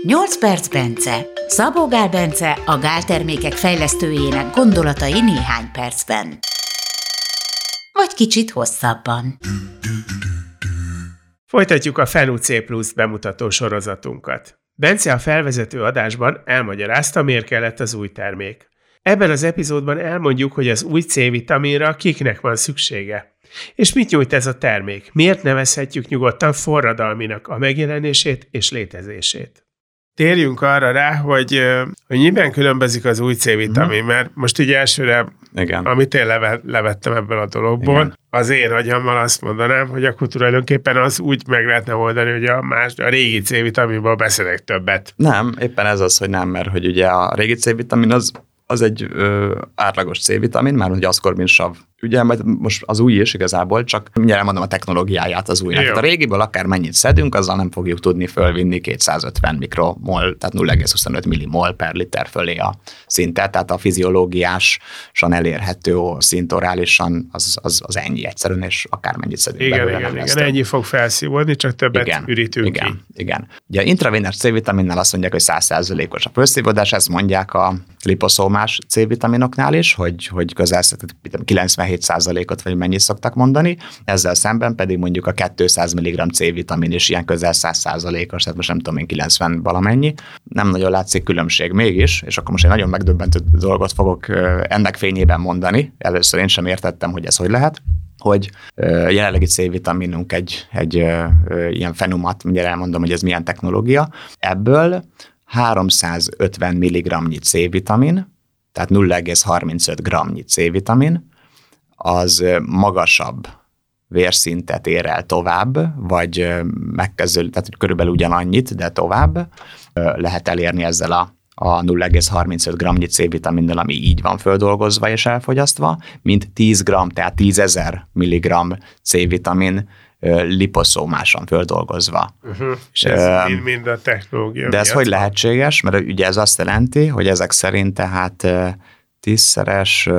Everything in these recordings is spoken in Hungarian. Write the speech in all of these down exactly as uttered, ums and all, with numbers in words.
nyolc perc Bence. Szabó Gál Bence, a gáltermékek fejlesztőjének gondolatai néhány percben. Vagy kicsit hosszabban. Folytatjuk a Fenú C plusz bemutató sorozatunkat. Bence a felvezető adásban elmagyarázta, miért kellett az új termék. Ebben az epizódban elmondjuk, hogy az új C-vitaminra kiknek van szüksége. És mit nyújt ez a termék? Miért nevezhetjük nyugodtan forradalminak a megjelenését és létezését? Térjünk arra rá, hogy, hogy miben különbözik az új C-vitamin, mert most ugye elsőre, igen, amit én leve, levettem ebből a dologból, igen, az én agyammal azt mondanám, hogy akkor tulajdonképpen az úgy meg lehetne oldani, hogy a, más, a régi C-vitaminból beszélek többet. Nem, éppen ez az, hogy nem, mert hogy ugye a régi C-vitamin az, az egy ö, átlagos C-vitamin, már hogy aszkorbinsav. Ugye most az új is igazából, csak mindjárt elmondom a technológiáját az újnak. A régiből akár mennyit szedünk, azzal nem fogjuk tudni fölvinni kétszázötven mikromol, tehát nulla egész huszonöt millimol per liter fölé a szintet, tehát a fiziológiásan elérhető szint orálisan az, az, az ennyi egyszerűen, és akár mennyit szedünk igen, belőle. Igen, igen, ennyi fog felszívódni, csak többet igen, ürítünk igen, ki. Igen. Ugye intravénás C-vitaminnál azt mondják, hogy száz százalékos a felszívódás, ezt mondják a liposzómás C-vitaminoknál is, hogy, hogy közel kilencvenhét százalékot vagy mennyit szoktak mondani, ezzel szemben pedig mondjuk a kétszáz milligramm C-vitamin is ilyen közel száz százalékos, tehát most nem tudom én kilencven valamennyi. Nem nagyon látszik különbség mégis, és akkor most egy nagyon megdöbbentő dolgot fogok ennek fényében mondani. Először én sem értettem, hogy ez hogy lehet, hogy jelenlegi C-vitaminunk egy, egy ilyen fenumat, mindjárt elmondom, hogy ez milyen technológia. Ebből háromszázötven milligramnyi C-vitamin, tehát nulla egész harmincöt grammnyi C-vitamin, az magasabb vérszintet ér el tovább, vagy megkezdő, tehát körülbelül ugyanannyit, de tovább lehet elérni ezzel a, a nulla egész harmincöt grammnyi C-vitaminnal, ami így van földolgozva és elfogyasztva, mint tíz gramm, tehát tízezer milligramm C-vitamin liposzómásan földolgozva. Uh-huh. És ez uh, mind, mind a technológia. De ez hogy van lehetséges? Mert ugye ez azt jelenti, hogy ezek szerint tehát tízszeres,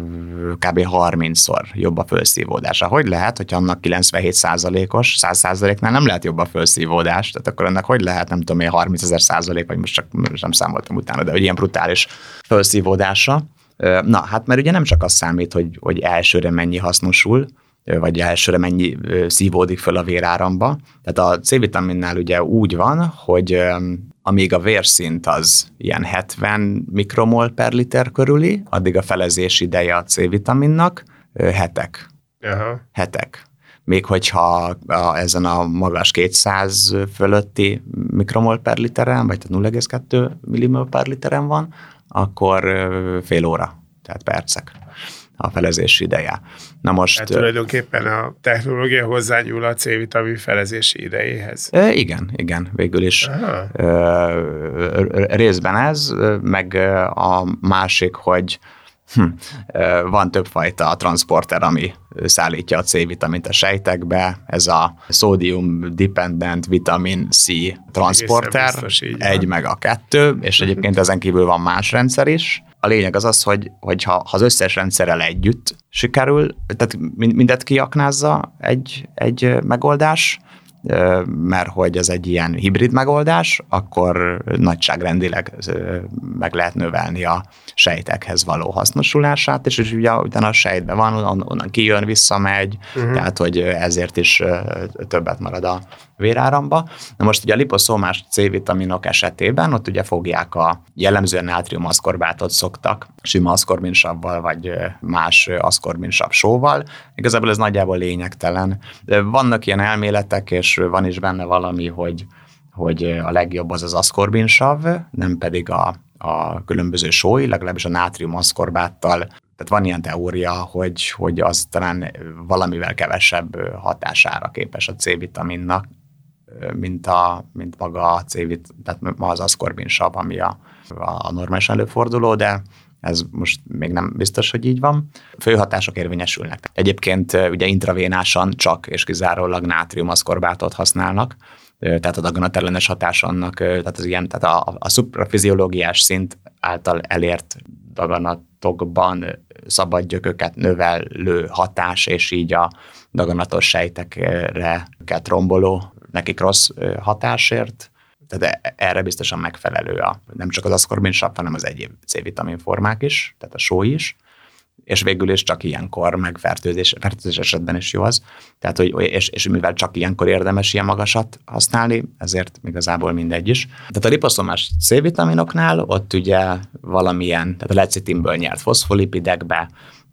kb. harmincszor jobb a felszívódása. Hogy lehet, hogy annak kilencvenhét százalékos, száz százaléknál nem lehet jobb a felszívódás, tehát akkor ennek hogy lehet, nem tudom én, harmincezer százalék, vagy most csak nem számoltam utána, de hogy ilyen brutális felszívódása. Na, hát mert ugye nem csak az számít, hogy, hogy elsőre mennyi hasznosul, vagy elsőre mennyi szívódik föl a véráramba. Tehát a C-vitaminnál ugye úgy van, hogy amíg a vérszint az ilyen hetven mikromol per liter körüli, addig a felezés ideje a C-vitaminnak hetek. Aha. Hetek. Még hogyha a, ezen a magas kétszáz fölötti mikromol per literen, vagy nulla egész kettő millimol per literen van, akkor fél óra, tehát percek a felezési ideje. Na most, hát tulajdonképpen a technológia hozzányúl a C-vitamin felezési idejéhez. E, igen, igen, végül is e, részben ez, meg a másik, hogy hm, van többfajta transporter, ami szállítja a C-vitamint a sejtekbe, ez a sodium dependent vitamin C transporter, egy meg a kettő, és egyébként ezen kívül van más rendszer is. A lényeg az az, hogy, hogy ha, ha az összes rendszerrel együtt sikerül, tehát mindet kiaknázza egy, egy megoldás, mert hogy ez egy ilyen hibrid megoldás, akkor nagyságrendileg meg lehet növelni a sejtekhez való hasznosulását, és, és ugye utána a sejtben van, onnan kijön, visszamegy, uh-huh. tehát hogy ezért is többet marad a véráramba. Na most ugye a liposzómás C-vitaminok esetében ott ugye fogják a jellemzően nátrium-aszkorbátot szoktak, sima aszkorbinsavval vagy más aszkorbinsav sóval. Igazából ez nagyjából lényegtelen. Vannak ilyen elméletek, és van is benne valami, hogy, hogy a legjobb az az aszkorbinsav, nem pedig a, a különböző sói, legalábbis a nátrium-aszkorbáttal. Tehát van ilyen teória, hogy, hogy az talán valamivel kevesebb hatására képes a C-vitaminnak, mint, a, mint maga a C-vitamin, tehát ma az aszkorbinsav, ami a, a normálisan előforduló, de ez most még nem biztos, hogy így van. Fő hatások érvényesülnek. Egyébként ugye intravénásan csak és kizárólag nátrium-aszkorbátot használnak, tehát a daganatellenes hatás annak, tehát az ilyen, tehát a, a szuprafiziológiás szint által elért daganatokban szabad gyököket növelő hatás, és így a daganatos sejtekre romboló, nekik rossz hatásért tehát erre biztosan megfelelő a, nem csak az aszkorbinsav, hanem az egyéb C-vitamin formák is, tehát a só is, és végül is csak ilyenkor, meg fertőzés, fertőzés esetben is jó az. Tehát, hogy, és, és mivel csak ilyenkor érdemes ilyen magasat használni, ezért igazából mindegy is. Tehát a liposzomás C-vitaminoknál ott ugye valamilyen, tehát a lecitinből nyert foszfolipidekbe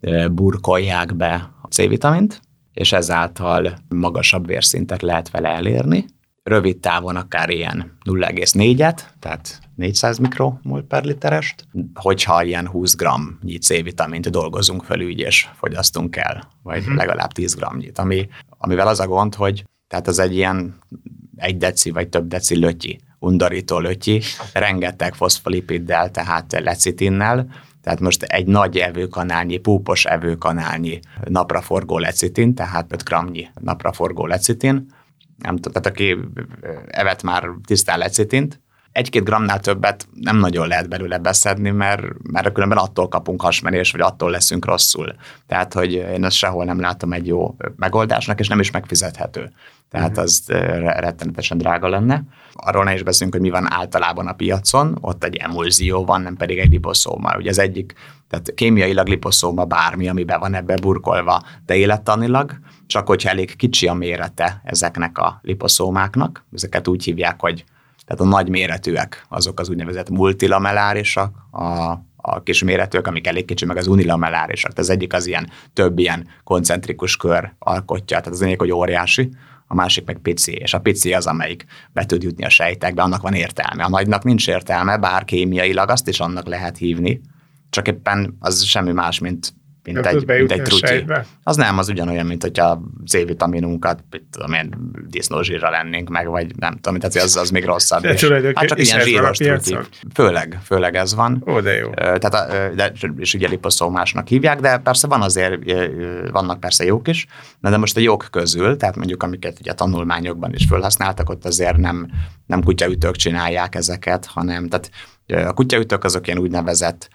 burkolják be a C-vitamint, és ezáltal magasabb vérszintet lehet vele elérni. Rövid távon akár ilyen nulla egész négyet, tehát négyszáz mikromol per literest, hogyha ilyen húsz grammnyi C-vitamint dolgozunk fel úgy, és fogyasztunk el, vagy uh-huh. legalább tíz grammnyit, ami, amivel az a gond, hogy tehát az egy ilyen egy deci vagy több deci lötyi, undorító lötyi, rengeteg foszfolipiddel, tehát lecitinnel, tehát most egy nagy evőkanálnyi, púpos evőkanálnyi napraforgó lecitin, tehát öt grammnyi napraforgó lecitin, nem tudom, tehát aki evett már tisztán lecitint, egy-két grammnál többet nem nagyon lehet belőle beszedni, mert, mert különben attól kapunk hasmenés, vagy attól leszünk rosszul. Tehát, hogy én ezt sehol nem látom egy jó megoldásnak, és nem is megfizethető. Tehát uh-huh. az rettenetesen drága lenne. Arról ne is beszélünk, hogy mi van általában a piacon, ott egy emulzió van, nem pedig egy liposzóma. Ugye az egyik, tehát kémiailag liposzóma bármi, ami be van ebbe burkolva, de élettanilag, csak hogyha elég kicsi a mérete ezeknek a liposzómáknak, ezeket úgy hívják, hogy tehát a nagy méretűek, azok az úgynevezett multilamellárisak, a, a kis méretűek, amik elég kicsi, meg az unilamellárisak. Tehát az egyik az ilyen több ilyen koncentrikus kör alkotja, tehát az egyik, hogy óriási, a másik meg pici, és a pici az, amelyik be tud jutni a sejtekbe, annak van értelme. A nagynak nincs értelme, bár kémiailag azt is annak lehet hívni, csak éppen az semmi más, mint mint egy, mint egy trutyi. Az nem, az ugyanolyan, mint hogyha C-vitaminunkat, tudom én, disznózsírra lennénk meg, vagy nem tudom, tehát az, az még rosszabb. De és, hát csak ilyen zsíros trutyi. Főleg, főleg ez van. Ó, de jó. Tehát a, de, és ugye liposzómásnak hívják, de persze van azért, vannak persze jók is, de most a jók közül, tehát mondjuk amiket ugye tanulmányokban is felhasználtak, ott azért nem, nem kutyaütők csinálják ezeket, hanem tehát a kutyaütők azok ilyen úgynevezett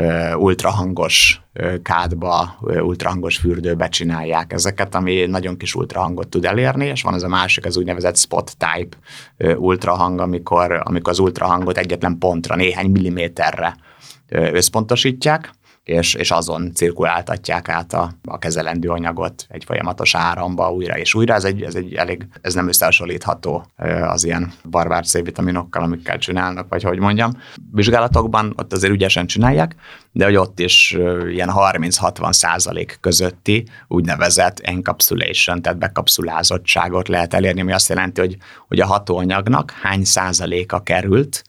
ultrahangos kádba, ultrahangos fürdőbe csinálják ezeket, ami nagyon kis ultrahangot tud elérni, és van az a másik, az úgynevezett spot type ultrahang, amikor, amikor az ultrahangot egyetlen pontra, néhány milliméterre összpontosítják, és, és azon cirkuláltatják át a, a kezelendő anyagot egy folyamatos áramba újra és újra. Ez egy, ez egy elég, ez nem összehasonlítható az ilyen barbár C-vitaminokkal, amikkel csinálnak, vagy hogy mondjam. Vizsgálatokban ott azért ügyesen csinálják, de hogy ott is ilyen harminc-hatvan százalék közötti úgynevezett encapsulation, tehát bekapszulázottságot lehet elérni, ami azt jelenti, hogy, hogy a hatóanyagnak hány százaléka került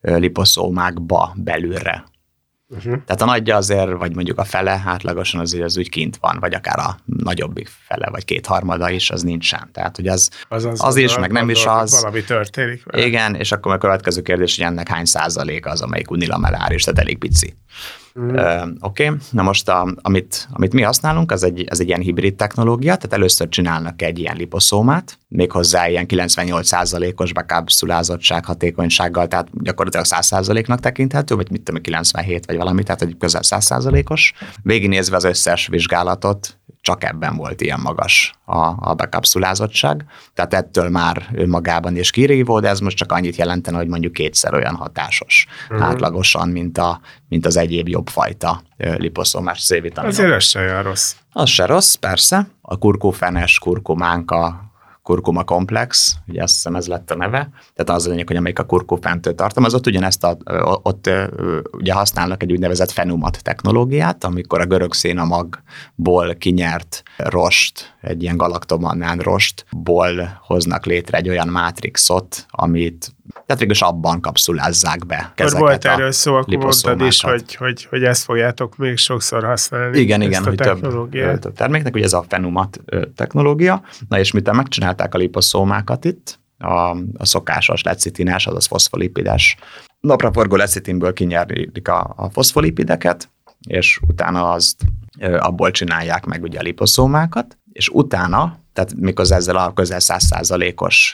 liposzómákba belülre. Uh-huh. Tehát a nagyja azért, vagy mondjuk a fele átlagosan azért az úgy kint van, vagy akár a nagyobbik fele, vagy kétharmada is, az nincsen. Tehát, hogy az, az, az, az is, meg nem is az. Valami történik vele. Igen, és akkor a következő kérdés, hogy ennek hány százalék az, amelyik unilamelláris, tehát elég pici. Mm. Uh, Oké, okay. Na most a, amit, amit mi használunk, az egy, az egy ilyen hibrid technológia, tehát először csinálnak egy ilyen liposzómát, méghozzá ilyen kilencvennyolc százalékos bekapszulázottság hatékonysággal, tehát gyakorlatilag száz százaléknak tekinthető, vagy mit tudom, kilencvenhét vagy valami, tehát egy közel száz százalékos. Végignézve az összes vizsgálatot, csak ebben volt ilyen magas a, a bekapszulázottság, tehát ettől már önmagában is kirívó, de ez most csak annyit jelentene, hogy mondjuk kétszer olyan hatásos uh-huh. átlagosan, mint, a, mint az egyéb jobb fajta liposzómás C-vitaminok. Azért ez se olyan rossz. Az se rossz, persze. A kurkufenes, kurkumánka, kurkuma komplex, ugye azt hiszem ez lett a neve, tehát az a lényeg, hogy amelyik a kurkufentől tartalmazott, ugyanezt a, ott ugye használnak egy úgynevezett fenumat technológiát, amikor a görög szénamagból kinyert rost, egy ilyen galaktomannán rostból hoznak létre egy olyan mátrixot, amit tehát végülis abban kapszulázzák be ezeket volt erről szó, akkor mondtad is, hogy, hogy, hogy ezt fogjátok még sokszor használni. Igen, igen, hogy több, több terméknek, ugye ez a fenumat technológia. Na és miután megcsinálták a liposzómákat itt, a, a szokásos lecitinás, azaz foszfolipides napraforgó lecitinből kinyerik a, a foszfolipideket, és utána azt abból csinálják meg ugye a liposzómákat, és utána, tehát mikor ezzel a közel száz százalékos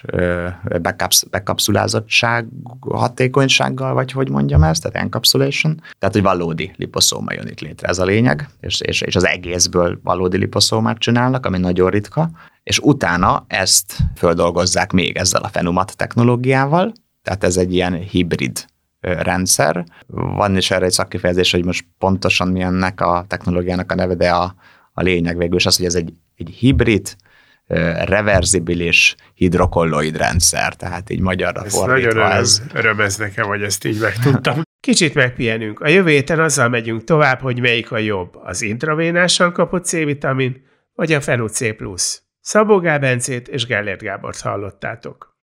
bekapszulázottság hatékonysággal, vagy hogy mondjam ezt, tehát encapsulation, tehát hogy valódi liposzóma jön itt létre, ez a lényeg, és, és, és az egészből valódi liposzómát csinálnak, ami nagyon ritka, és utána ezt földolgozzák még ezzel a fenumat technológiával, tehát ez egy ilyen hibrid rendszer. Van is erre egy szakkifejezés, hogy most pontosan mi ennek a technológiának a neve, de a, a lényeg végül is az, hogy ez egy, egy hibrid, reverzibilis hidrokolloid rendszer, tehát így magyarra ez fordítva. Nagyon ez öröm, örömez nekem, hogy ezt így megtudtam. Kicsit megpihenünk. A jövő héten azzal megyünk tovább, hogy melyik a jobb, az intravénásan kapott C-vitamin, vagy a Fenu C plusz. Szabó Gál Bencét és Gellért Gábort hallottátok.